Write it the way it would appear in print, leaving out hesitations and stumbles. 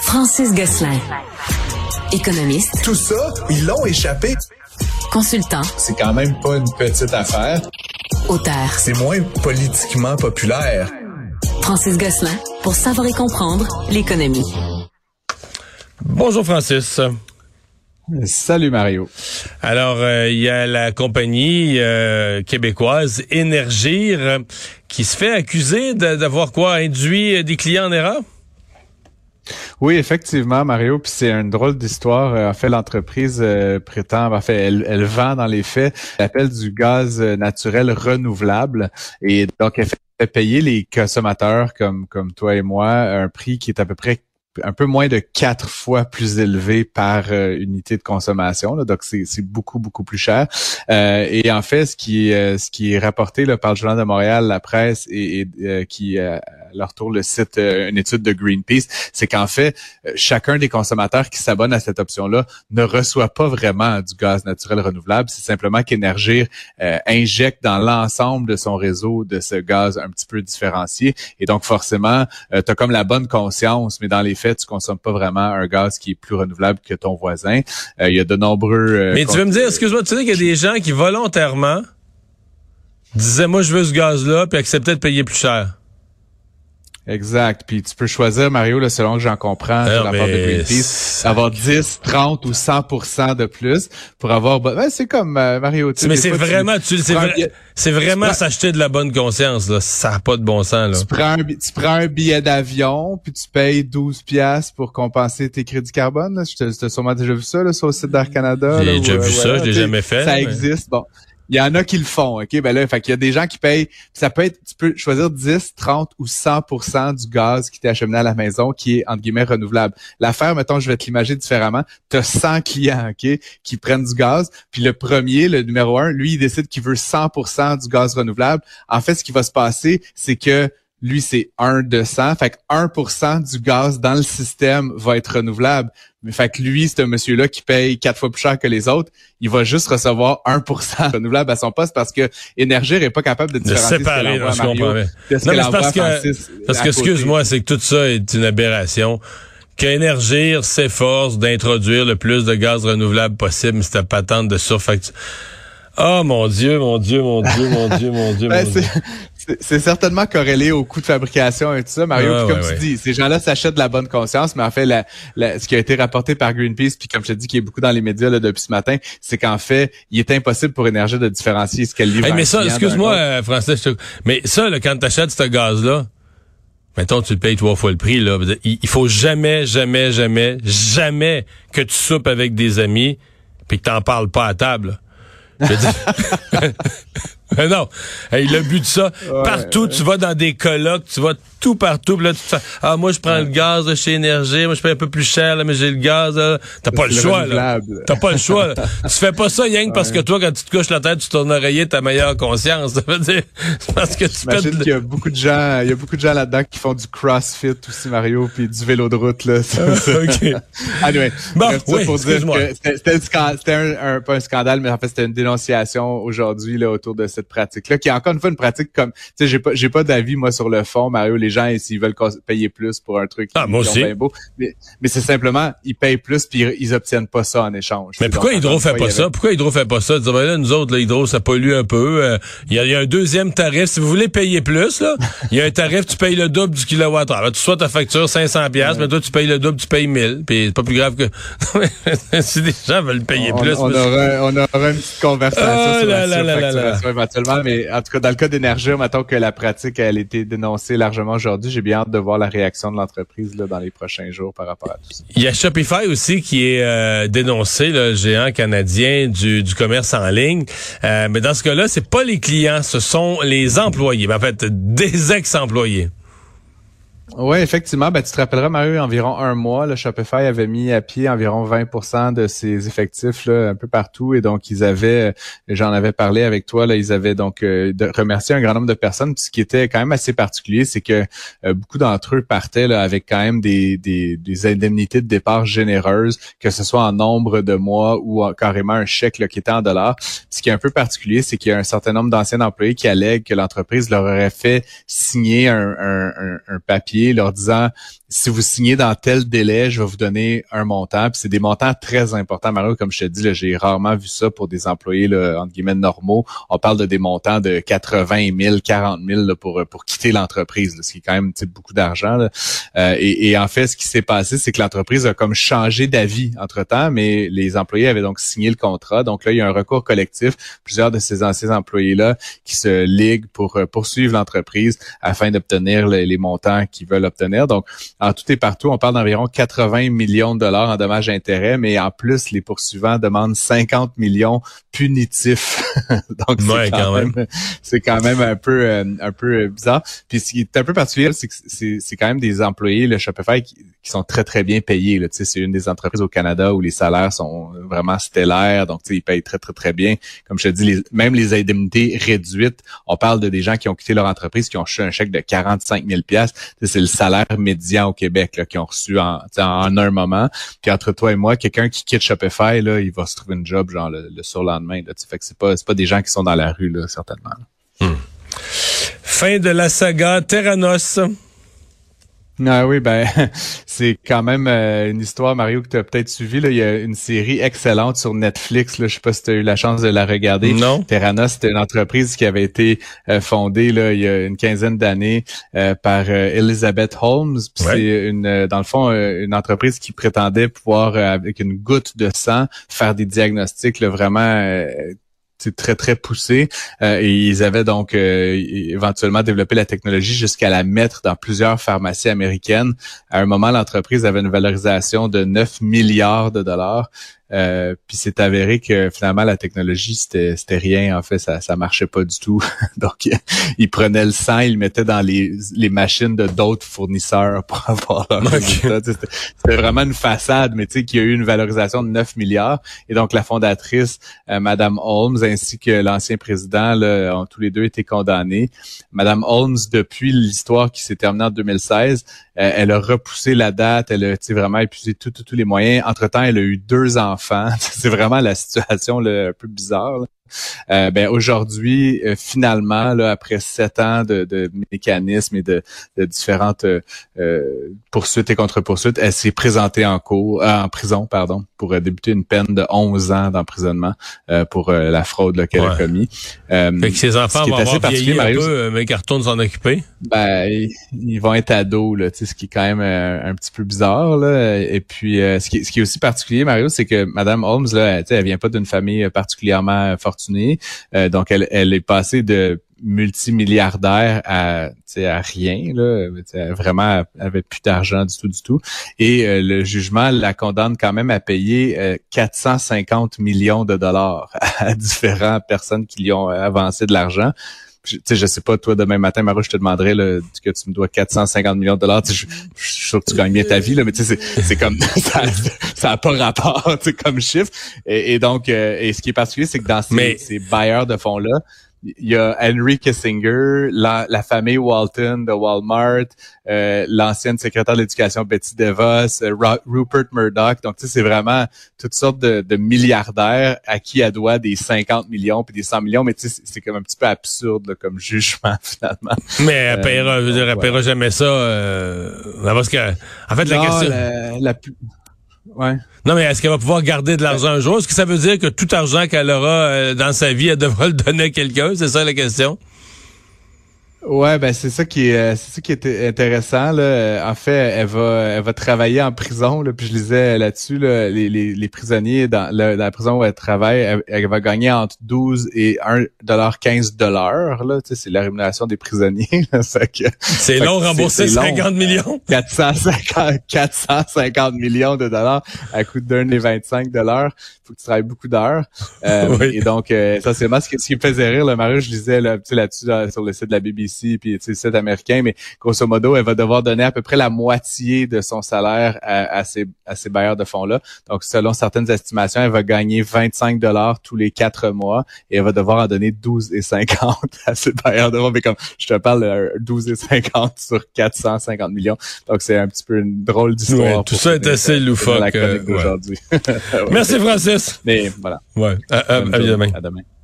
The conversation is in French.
Francis Gosselin. Économiste. Tout ça, ils l'ont échappé. Consultant. C'est quand même pas une petite affaire. Auteur. C'est moins politiquement populaire. Francis Gosselin, pour savoir et comprendre l'économie. Bonjour Francis. Salut Mario. Alors, il y a la compagnie québécoise Énergir qui se fait accuser d'avoir induit des clients en erreur? Oui, effectivement, Mario, puis c'est une drôle d'histoire. En fait, l'entreprise prétend, elle vend dans les faits l'appel du gaz naturel renouvelable et donc elle fait payer les consommateurs comme toi et moi un prix qui est à peu près un peu moins de 4 fois plus élevé par unité de consommation, là, donc c'est beaucoup plus cher. Et en fait, ce qui est rapporté là, par le Journal de Montréal, la presse et qui leur tourne le site, une étude de Greenpeace, c'est qu'en fait, chacun des consommateurs qui s'abonne à cette option-là ne reçoit pas vraiment du gaz naturel renouvelable. C'est simplement qu'Énergir injecte dans l'ensemble de son réseau de ce gaz un petit peu différencié. Et donc, forcément, tu as comme la bonne conscience, mais dans les faits, tu consommes pas vraiment un gaz qui est plus renouvelable que ton voisin. Il y a de nombreux... mais tu veux me dire, excuse-moi, tu sais qu'il y a des gens qui volontairement disaient, moi, je veux ce gaz-là, puis acceptaient de payer plus cher. Exact. Puis tu peux choisir, Mario, là, selon que j'en comprends, de la part de Greenpeace, avoir 10, 30 ou 100% de plus pour avoir... c'est comme, Mario... Mais c'est vraiment, c'est vraiment s'acheter de la bonne conscience, là. Ça n'a pas de bon sens, là. Tu prends un billet d'avion, puis tu payes 12 piastres pour compenser tes crédits carbone, là. T'as sûrement déjà vu ça, là, sur le site d'Air Canada. J'ai déjà vu ça, je l'ai jamais fait. Ça existe, bon. Il y en a qui le font, OK? Ben là, fait qu'il y a des gens qui payent, ça peut être, tu peux choisir 10, 30 ou 100% du gaz qui t'est acheminé à la maison qui est, entre guillemets, renouvelable. L'affaire, mettons, je vais te l'imaginer différemment. T'as 100 clients, OK? Qui prennent du gaz. Puis le premier, le numéro 1, lui, il décide qu'il veut 100% du gaz renouvelable. En fait, ce qui va se passer, c'est que lui, c'est 1 de 100. Fait que 1% du gaz dans le système va être renouvelable. Mais fait que lui, c'est un monsieur-là qui paye 4 fois plus cher que les autres. Il va juste recevoir 1% renouvelable à son poste parce que Énergir est pas capable de différencier séparer, ce qu'elle envoie à Mario. Non, mais c'est parce que excuse-moi, c'est que tout ça est une aberration. Qu'Énergir s'efforce d'introduire le plus de gaz renouvelable possible, mais c'est une patente de surfacture. Oh mon Dieu. C'est certainement corrélé au coût de fabrication et tout ça, Mario. Puis comme tu dis, ces gens-là s'achètent de la bonne conscience, mais en fait, ce qui a été rapporté par Greenpeace, puis comme je te dis, qui est beaucoup dans les médias là, depuis ce matin, c'est qu'en fait, il est impossible pour Énergir de différencier ce qu'elle livre. Mais ça, excuse-moi, Francis, mais ça, là, quand t'achètes ce gaz-là, mettons, tu le payes 3 fois le prix, là. Il faut jamais que tu soupes avec des amis puis que t'en parles pas à table. Je veux dire... Mais non, le but de ça, partout, tu vas dans des colocs, tu vas tout partout, là, tu te fais, moi je prends le gaz de chez Énergir, moi je paye un peu plus cher, là, mais j'ai le gaz, là. T'as pas le choix, là. T'as pas le choix, là. Tu fais pas ça rien que parce que toi, quand tu te couches la tête, tu tournes l'oreiller, t'as meilleure conscience. Ça veut dire, c'est parce que tu J'imagine qu'il y a beaucoup de gens là-dedans qui font du CrossFit aussi, Mario, puis du vélo de route, là. OK. Anyway. Bon, oui, pour dire que c'était pas un scandale, mais en fait, c'était une dénonciation aujourd'hui, là, autour de cette pratique-là, qui est encore une fois une pratique comme, tu sais, j'ai pas d'avis, moi, sur le fond, Mario, les gens, s'ils veulent payer plus pour un truc, moi aussi. Bien beau, mais c'est simplement, ils payent plus puis ils obtiennent pas ça en échange. Mais pourquoi Hydro fait pas ça? Pourquoi Hydro fait pas ça? Dire, là, nous autres, là, Hydro, ça pollue un peu. Il y a un deuxième tarif. Si vous voulez payer plus, là, il y a un tarif, tu payes le double du kilowattheure. Là, tu sois ta facture 500 piastres, mais toi, tu payes le double, tu payes 1000. Puis c'est pas plus grave que, si des gens veulent payer plus. On aura une petite conversation sur la surfacturation éventuellement, mais en tout cas, dans le cas d'Énergir, mettons que la pratique, elle a été dénoncée largement aujourd'hui. J'ai bien hâte de voir la réaction de l'entreprise là, dans les prochains jours par rapport à tout ça. Il y a Shopify aussi qui est dénoncé, le géant canadien du commerce en ligne. Mais dans ce cas-là, c'est pas les clients, ce sont les employés. En fait, des ex-employés. Oui, effectivement. Ben, tu te rappelleras, Mario, environ un mois, le Shopify avait mis à pied environ 20% de ses effectifs là, un peu partout. Et donc, j'en avais parlé avec toi, là, ils avaient donc remercié un grand nombre de personnes. Puis ce qui était quand même assez particulier, c'est que beaucoup d'entre eux partaient là, avec quand même des indemnités de départ généreuses, que ce soit en nombre de mois ou carrément un chèque là, qui était en dollars. Ce qui est un peu particulier, c'est qu'il y a un certain nombre d'anciens employés qui allèguent que l'entreprise leur aurait fait signer un papier leur disant si vous signez dans tel délai, je vais vous donner un montant. Puis c'est des montants très importants, Mario. Comme je te dis, là, j'ai rarement vu ça pour des employés là, entre guillemets normaux. On parle de des montants de 80 000, 40 000 là, pour quitter l'entreprise, là, ce qui est quand même beaucoup d'argent. Là. Et en fait, ce qui s'est passé, c'est que l'entreprise a comme changé d'avis entre-temps, mais les employés avaient donc signé le contrat. Donc là, il y a un recours collectif. Plusieurs de ces anciens employés-là qui se liguent pour poursuivre l'entreprise afin d'obtenir les montants qu'ils veulent obtenir. Donc, en tout et partout, on parle d'environ 80 millions de dollars en dommages et intérêts, mais en plus, les poursuivants demandent 50 millions punitifs. Donc, c'est quand même un peu bizarre. Puis, ce qui est un peu particulier, c'est que c'est quand même des employés, le Shopify, qui sont très, très bien payés. Là. Tu sais, c'est une des entreprises au Canada où les salaires sont vraiment stellaires. Donc, tu sais, ils payent très, très, très bien. Comme je te dis, même les indemnités réduites, on parle de des gens qui ont quitté leur entreprise, qui ont reçu un chèque de 45 000 $. C'est le salaire médian au Québec là, qu'ils ont reçu en un moment. Puis entre toi et moi, quelqu'un qui quitte Shopify, là, il va se trouver une job genre le surlendemain. Là, fait que c'est pas des gens qui sont dans la rue, là, certainement. Là. Fin de la saga Theranos. Ah oui, ben c'est quand même une histoire, Mario, que tu as peut-être suivi. Là. Il y a une série excellente sur Netflix. Là. Je sais pas si tu as eu la chance de la regarder. Non. Theranos, c'était une entreprise qui avait été fondée là, il y a une quinzaine d'années par Elizabeth Holmes. Puis c'est dans le fond, une entreprise qui prétendait pouvoir, avec une goutte de sang, faire des diagnostics là, vraiment c'est très, très poussé. Et ils avaient donc éventuellement développé la technologie jusqu'à la mettre dans plusieurs pharmacies américaines. À un moment, l'entreprise avait une valorisation de 9 milliards de dollars. Puis c'est avéré que finalement la technologie c'était rien, en fait ça marchait pas du tout. Donc ils prenaient le sang, ils le mettaient dans les machines de d'autres fournisseurs pour avoir leur résultat. C'était vraiment une façade, mais tu sais qu'il y a eu une valorisation de 9 milliards et donc la fondatrice Madame Holmes ainsi que l'ancien président là, ont tous les deux été condamnés. Madame Holmes, depuis l'histoire qui s'est terminée en 2016, elle a repoussé la date, elle a vraiment épuisé tous les moyens. Entre-temps, elle a eu 2 enfants. C'est vraiment la situation là, un peu bizarre. Là. Aujourd'hui, finalement, là, après 7 ans de mécanismes et de différentes poursuites et contre-poursuites, elle s'est présentée en prison, pour débuter une peine de 11 ans d'emprisonnement pour la fraude là, qu'elle a commis. Fait que ses enfants vont avoir vieilli un peu, mais qu'ils retournent s'en occuper. Ils vont être ados, là, ce qui est quand même un petit peu bizarre. Là. Et puis, ce qui est aussi particulier, Mario, c'est que Madame Holmes, là, elle vient pas d'une famille particulièrement fortunée. Donc, elle est passée de multimilliardaire à rien, là. Vraiment, elle avait plus d'argent du tout. Et le jugement la condamne quand même à payer 450 millions de dollars à différentes personnes qui lui ont avancé de l'argent. Je sais pas, toi, demain matin, Mario, je te demanderais là, que tu me dois 450 millions de dollars. Je suis sûr que tu gagnes bien ta vie, là, mais c'est comme ça a pas rapport comme chiffre. Et donc, et ce qui est particulier, c'est que dans ces bailleurs de fonds-là, il y a Henry Kissinger, la famille Walton de Walmart, l'ancienne secrétaire de l'éducation Betty DeVos, Rupert Murdoch. Donc, c'est vraiment toutes sortes de milliardaires à qui elle doit des 50 millions puis des 100 millions. Mais c'est comme un petit peu absurde là, comme jugement, finalement. Mais elle paiera jamais ça. Parce que, en fait, la question... Ouais. Non, mais est-ce qu'elle va pouvoir garder de l'argent un jour? Est-ce que ça veut dire que tout argent qu'elle aura dans sa vie, elle devra le donner à quelqu'un? C'est ça la question? Ouais, ben c'est ça qui est intéressant là. En fait, elle va travailler en prison là, puis je lisais là-dessus là, les prisonniers dans la prison où elle travaille, elle va gagner entre 12 et 1,15 $ là, tu sais, c'est la rémunération des prisonniers là, c'est long rembourser 50 millions. 450 millions de dollars à coût d'1,25 $. Faut que tu travailles beaucoup d'heures. Oui. Et donc essentiellement ce qui me faisait rire là, Mario, je lisais là-dessus là, sur le site de la BBC puis le site américain, mais grosso modo, elle va devoir donner à peu près la moitié de son salaire à ces bailleurs de fonds-là. Donc, selon certaines estimations, elle va gagner 25 $ tous les 4 mois et elle va devoir en donner 12,50 à ces bailleurs de fonds. Mais comme je te parle, 12,50 sur 450 millions. Donc, c'est un petit peu une drôle d'histoire. Ouais, tout ça est assez loufoque. La chronique d'aujourd'hui. Merci, Francis. Mais voilà. Ouais. À demain. À demain.